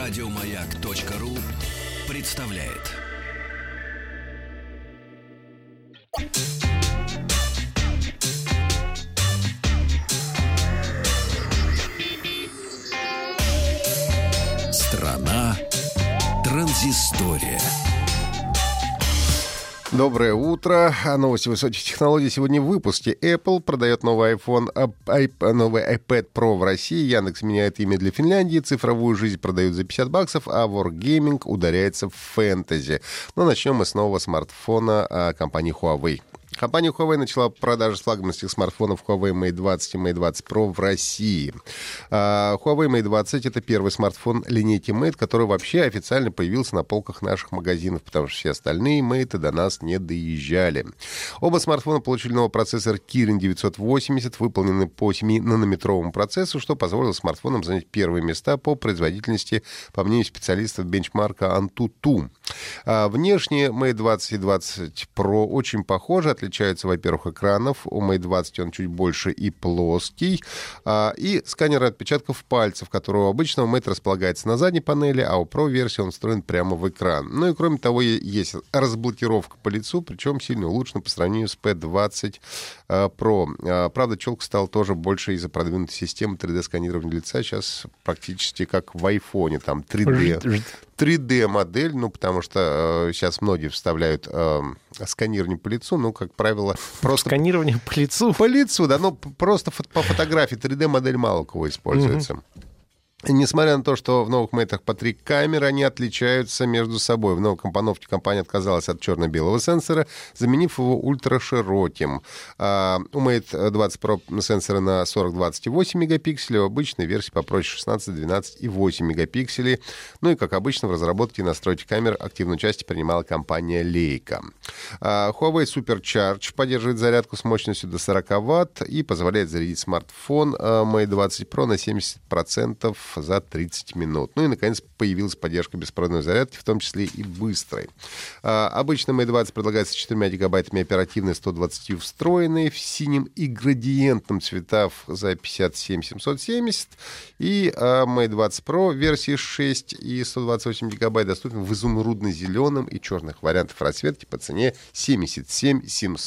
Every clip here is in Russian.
Радиомаяк.ру представляет. Страна транзистория. Доброе утро. Новости высоких технологий. Сегодня в выпуске. Apple продает новый iPhone, новый iPad Pro в России. Яндекс меняет имя для Финляндии. Цифровую жизнь продают за $50, а Wargaming ударяется в фэнтези. Но начнем мы с нового смартфона компании Huawei. Компания Huawei начала продажи флагманских смартфонов Huawei Mate 20 и Mate 20 Pro в России. Huawei Mate 20 — это первый смартфон линейки Mate, который вообще официально появился на полках наших магазинов, потому что все остальные Mate до нас не доезжали. Оба смартфона получили новый процессор Kirin 980, выполненный по 7-нанометровому процессу, что позволило смартфонам занять первые места по производительности, по мнению специалистов бенчмарка Antutu. Внешне Mate 20 и 20 Pro очень похожи. Отличаются, во-первых, экранов. У Mate 20 он чуть больше и плоский. И сканер отпечатков пальцев, который у обычного Mate располагается на задней панели, а у Pro-версии он встроен прямо в экран. Ну и кроме того, есть разблокировка по лицу, причем сильно улучшена по сравнению с P20 Pro. Правда, челка стала тоже больше из-за продвинутой системы 3D-сканирования лица. Сейчас практически как в айфоне, там 3D-модель, ну, потому что сейчас многие вставляют сканирование по лицу, ну, как правило, просто... Сканирование по лицу? По лицу, да, ну, просто по фотографии 3D-модель мало у кого используется. И несмотря на то, что в новых Mate по 3 камеры, они отличаются между собой. В новой компоновке компания отказалась от черно-белого сенсора, заменив его ультрашироким. У Mate 20 Pro сенсоры на 40-28 мегапикселей, у обычной версии попроще 16-12 и 8 мегапикселей. Ну и, как обычно, в разработке и настройке камер активное участие принимала компания Leica. Huawei Supercharge поддерживает зарядку с мощностью до 40 Вт и позволяет зарядить смартфон Mate 20 Pro на 70% за 30 минут. Ну и, наконец, появилась поддержка беспроводной зарядки, в том числе и быстрой. Обычно Mate 20 предлагается с 4 гигабайтами оперативной, 120 встроенной, в синем и градиентном цветах за 57 770. И Mate 20 Pro версии 6 и 128 гигабайт доступен в изумрудно-зеленом и черных вариантах расцветки по цене 77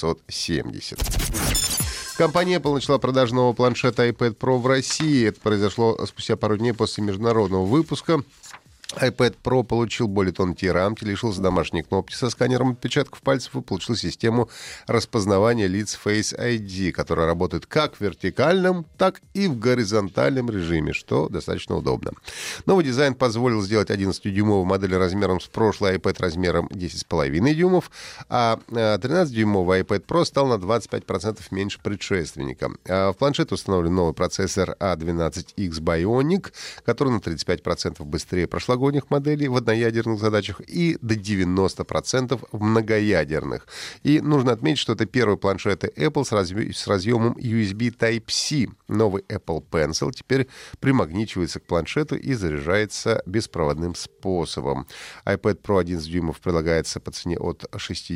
770. Компания Apple начала продажу нового планшета iPad Pro в России. Это произошло спустя пару дней после международного выпуска. iPad Pro получил более тонкие рамки, лишился домашней кнопки со сканером отпечатков пальцев и получил систему распознавания лиц Face ID, которая работает как в вертикальном, так и в горизонтальном режиме, что достаточно удобно. Новый дизайн позволил сделать 11-дюймовую модель размером с прошлый iPad размером 10,5 дюймов, а 13-дюймовый iPad Pro стал на 25% меньше предшественника. В планшет установлен новый процессор A12X Bionic, который на 35% быстрее прошлогодних моделей в одноядерных задачах и до 90% в многоядерных. И нужно отметить, что это первые планшеты Apple с разъемом USB Type-C. Новый Apple Pencil теперь примагничивается к планшету и заряжается беспроводным способом. iPad Pro 11 дюймов предлагается по цене от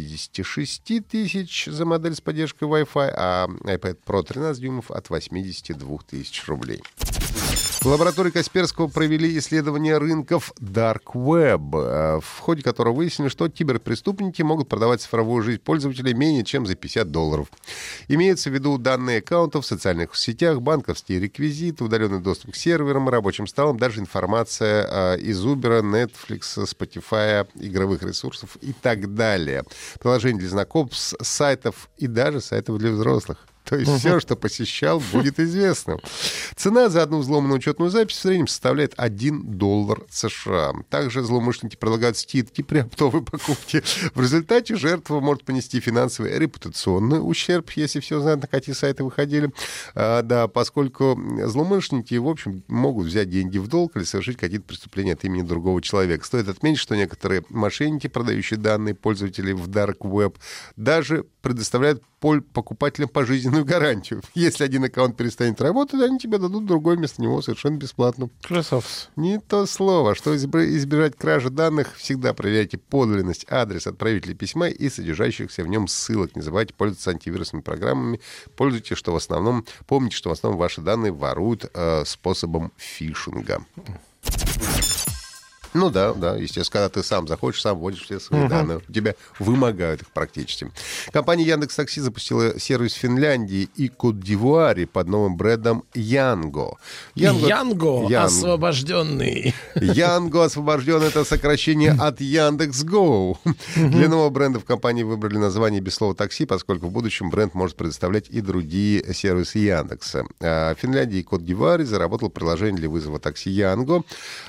66 тысяч за модель с поддержкой Wi-Fi, а iPad Pro 13 дюймов от 82 тысяч рублей. В лаборатории Касперского провели исследование рынков Dark Web, в ходе которого выяснили, что киберпреступники могут продавать цифровую жизнь пользователей менее чем за $50. Имеются в виду данные аккаунтов в социальных сетях, банковские реквизиты, удаленный доступ к серверам и рабочим столам, даже информация из Uber, Netflix, Spotify, игровых ресурсов и так далее. Приложения для знакомств, сайтов и даже сайтов для взрослых. То есть все, что посещал, будет известно. Цена за одну взломанную учетную запись в среднем составляет $1 США. Также злоумышленники предлагают скидки при оптовой покупке. В результате жертва может понести финансовый и репутационный ущерб, если все знают, на какие сайты выходили. Да, поскольку злоумышленники, в общем, могут взять деньги в долг или совершить какие-то преступления от имени другого человека. Стоит отметить, что некоторые мошенники, продающие данные пользователей в Dark Web, даже предоставляют покупателям пожизненную гарантию. Если один аккаунт перестанет работать, они тебе дадут другой вместо него совершенно бесплатно. Красавцы. Не то слово. Чтобы избежать кражи данных, всегда проверяйте подлинность, адрес отправителя письма и содержащихся в нем ссылок. Не забывайте пользоваться антивирусными программами. Помните, что в основном ваши данные воруют способом фишинга. Ну да, естественно, когда ты сам захочешь, сам вводишь все свои данные, у тебя вымогают их практически. Компания Яндекс.Такси запустила сервис в Финляндии и Кот-д'Ивуаре под новым брендом Янго. Янго освобожденный. Янго освобожденный — это сокращение от Яндекс.Гоу. Для нового бренда в компании выбрали название без слова «такси», поскольку в будущем бренд может предоставлять и другие сервисы Яндекса. В Финляндии и Кот-д'Ивуаре заработало приложение для вызова такси Янго.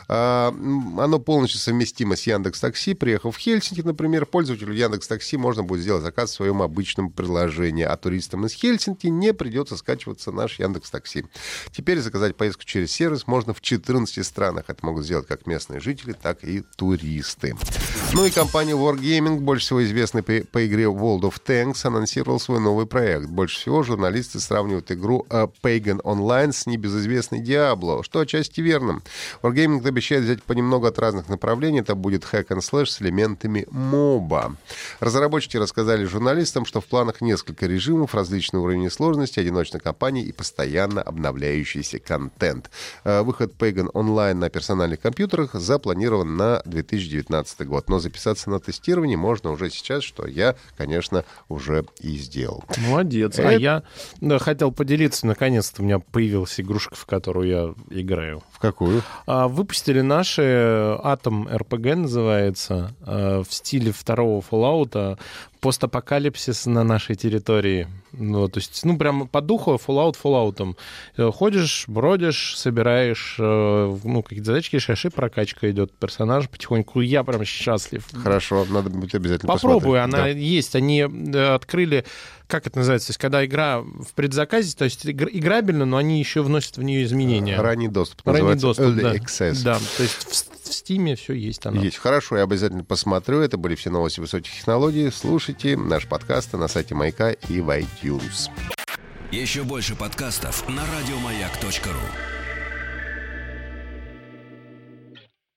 Оно полностью совместимо с Яндекс.Такси. Приехав в Хельсинки, например, пользователю Яндекс.Такси можно будет сделать заказ в своем обычном приложении, а туристам из Хельсинки не придется скачиваться наш Яндекс.Такси. Теперь заказать поездку через сервис можно в 14 странах. Это могут сделать как местные жители, так и туристы. Ну и компания Wargaming, больше всего известная по игре World of Tanks, анонсировала свой новый проект. Больше всего журналисты сравнивают игру Pagan Online с небезызвестной Diablo, что отчасти верно. Wargaming обещает взять понемногу от разных направлений. Это будет hack-and-slash с элементами моба. Разработчики рассказали журналистам, что в планах несколько режимов, различные уровни сложности, одиночной кампании и постоянно обновляющийся контент. Выход Pagan Online на персональных компьютерах запланирован на 2019 год. Но записаться на тестирование можно уже сейчас, что я, конечно, уже и сделал. Молодец. А я хотел поделиться. Наконец-то у меня появилась игрушка, в которую я играю. В какую? Выпустили наши Atom RPG называется, в стиле второго Fallout, постапокалипсис на нашей территории. Ну, то есть, прям по духу Fallout. Ходишь, бродишь, собираешь, какие-то задачки решаешь, и прокачка идет персонажа потихоньку. Я прям счастлив. Хорошо, надо будет обязательно Попробуй, посмотреть. она есть. Они открыли, как это называется, то есть, когда игра в предзаказе, то есть играбельна, но они еще вносят в нее изменения. Ранний доступ. Ранний доступ, Early Access. Да, то есть в Steam все есть. Она. Есть. Хорошо, я обязательно посмотрю. Это были все новости высоких технологий. Слушайте наш подкаст на сайте Маяка и в iTunes. Еще больше подкастов на радиомаяк.ру.